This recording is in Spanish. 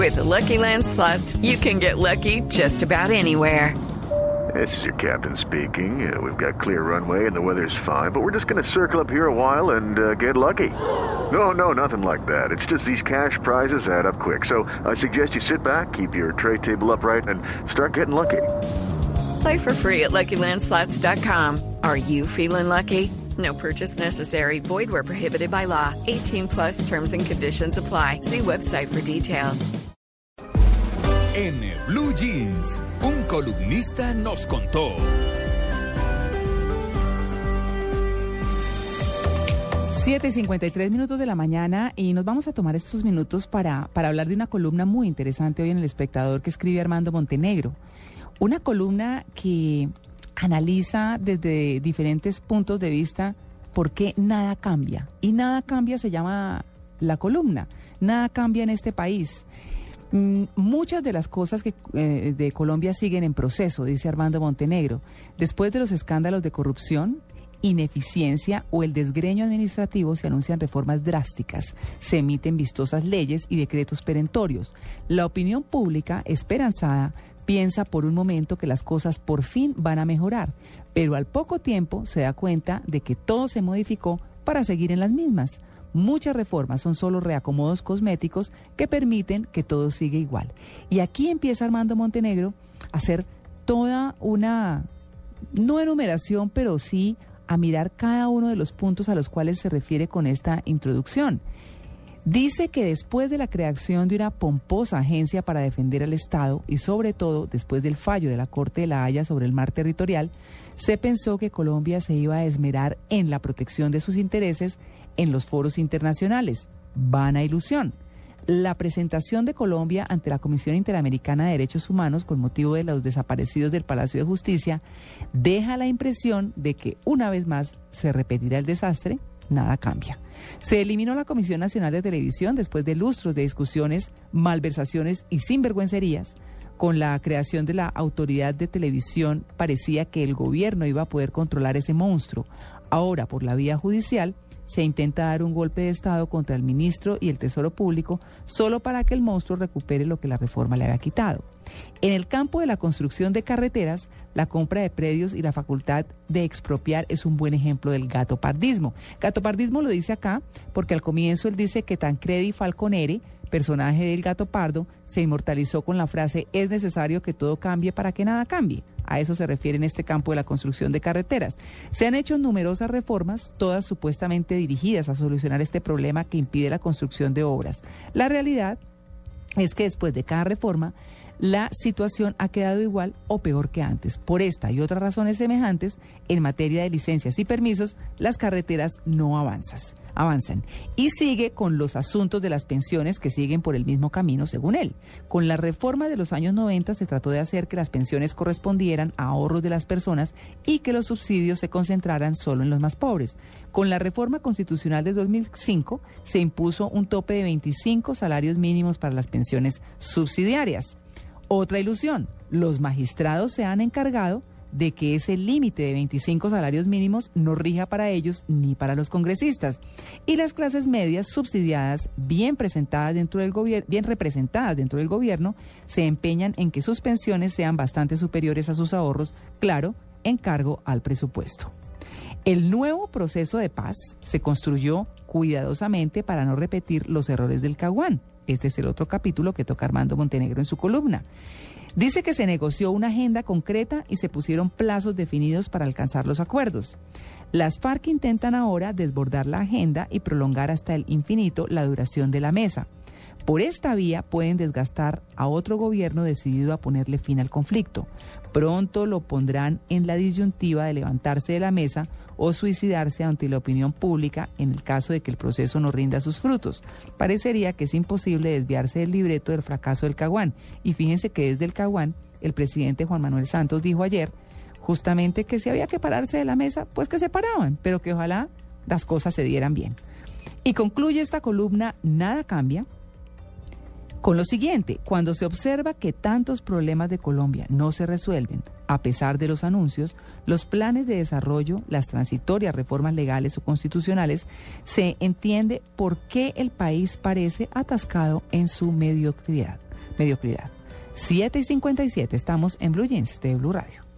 With the Lucky Land Slots, you can get lucky just about anywhere. This is your captain speaking. We've got clear runway and the weather's fine, but we're just going to circle up here a while and get lucky. No, nothing like that. It's just these cash prizes add up quick. So I suggest you sit back, keep your tray table upright, and start getting lucky. Play for free at LuckyLandSlots.com. Are you feeling lucky? No purchase necessary. Void where prohibited by law. 18 plus terms and conditions apply. See website for details. En Blue Jeans, un columnista nos contó. Siete y 53 minutos de la mañana y nos vamos a tomar estos minutos para hablar de una columna muy interesante hoy en El Espectador que escribe Armando Montenegro. Una columna que analiza desde diferentes puntos de vista por qué nada cambia. Y nada cambia se llama la columna. Nada cambia en este país. Muchas de las cosas que de Colombia siguen en proceso, dice Armando Montenegro. Después de los escándalos de corrupción, ineficiencia o el desgreño administrativo se anuncian reformas drásticas, se emiten vistosas leyes y decretos perentorios. La opinión pública, esperanzada, piensa por un momento que las cosas por fin van a mejorar, pero al poco tiempo se da cuenta de que todo se modificó para seguir en las mismas. Muchas reformas son solo reacomodos cosméticos que permiten que todo siga igual. Y aquí empieza Armando Montenegro a hacer toda una, no enumeración, pero sí a mirar cada uno de los puntos a los cuales se refiere con esta introducción. Dice que después de la creación de una pomposa agencia para defender al Estado y sobre todo después del fallo de la Corte de la Haya sobre el mar territorial, se pensó que Colombia se iba a esmerar en la protección de sus intereses en los foros internacionales. Vana ilusión. La presentación de Colombia ante la Comisión Interamericana de Derechos Humanos con motivo de los desaparecidos del Palacio de Justicia deja la impresión de que una vez más se repetirá el desastre, nada cambia. Se eliminó la Comisión Nacional de Televisión después de lustros de discusiones, malversaciones y sinvergüencerías. Con la creación de la Autoridad de Televisión parecía que el gobierno iba a poder controlar ese monstruo. Ahora, por la vía judicial, se intenta dar un golpe de Estado contra el ministro y el Tesoro Público solo para que el monstruo recupere lo que la reforma le había quitado. En el campo de la construcción de carreteras, la compra de predios y la facultad de expropiar es un buen ejemplo del gatopardismo. Gatopardismo lo dice acá porque al comienzo él dice que Tancredi Falconere, personaje del Gato Pardo, se inmortalizó con la frase «es necesario que todo cambie para que nada cambie». A eso se refiere en este campo de la construcción de carreteras. Se han hecho numerosas reformas, todas supuestamente dirigidas a solucionar este problema que impide la construcción de obras. La realidad es que después de cada reforma, la situación ha quedado igual o peor que antes. Por esta y otras razones semejantes, en materia de licencias y permisos, las carreteras no avanzan. Y sigue con los asuntos de las pensiones que siguen por el mismo camino, según él. Con la reforma de los años 90 se trató de hacer que las pensiones correspondieran a ahorros de las personas y que los subsidios se concentraran solo en los más pobres. Con la reforma constitucional de 2005 se impuso un tope de 25 salarios mínimos para las pensiones subsidiarias. Otra ilusión, los magistrados se han encargado de que ese límite de 25 salarios mínimos no rija para ellos ni para los congresistas. Y las clases medias subsidiadas, bien representadas dentro del gobierno, se empeñan en que sus pensiones sean bastante superiores a sus ahorros, claro, en cargo al presupuesto. El nuevo proceso de paz se construyó cuidadosamente para no repetir los errores del Caguán. Este es el otro capítulo que toca Armando Montenegro en su columna. Dice que se negoció una agenda concreta y se pusieron plazos definidos para alcanzar los acuerdos. Las FARC intentan ahora desbordar la agenda y prolongar hasta el infinito la duración de la mesa. Por esta vía pueden desgastar a otro gobierno decidido a ponerle fin al conflicto. Pronto lo pondrán en la disyuntiva de levantarse de la mesa o suicidarse ante la opinión pública en el caso de que el proceso no rinda sus frutos. Parecería que es imposible desviarse del libreto del fracaso del Caguán. Y fíjense que desde el Caguán, el presidente Juan Manuel Santos dijo ayer justamente que si había que pararse de la mesa, pues que se paraban, pero que ojalá las cosas se dieran bien. Y concluye esta columna Nada cambia con lo siguiente: cuando se observa que tantos problemas de Colombia no se resuelven, a pesar de los anuncios, los planes de desarrollo, las transitorias reformas legales o constitucionales, se entiende por qué el país parece atascado en su mediocridad. mediocridad. 7:57, estamos en Blue Jeans de Blue Radio.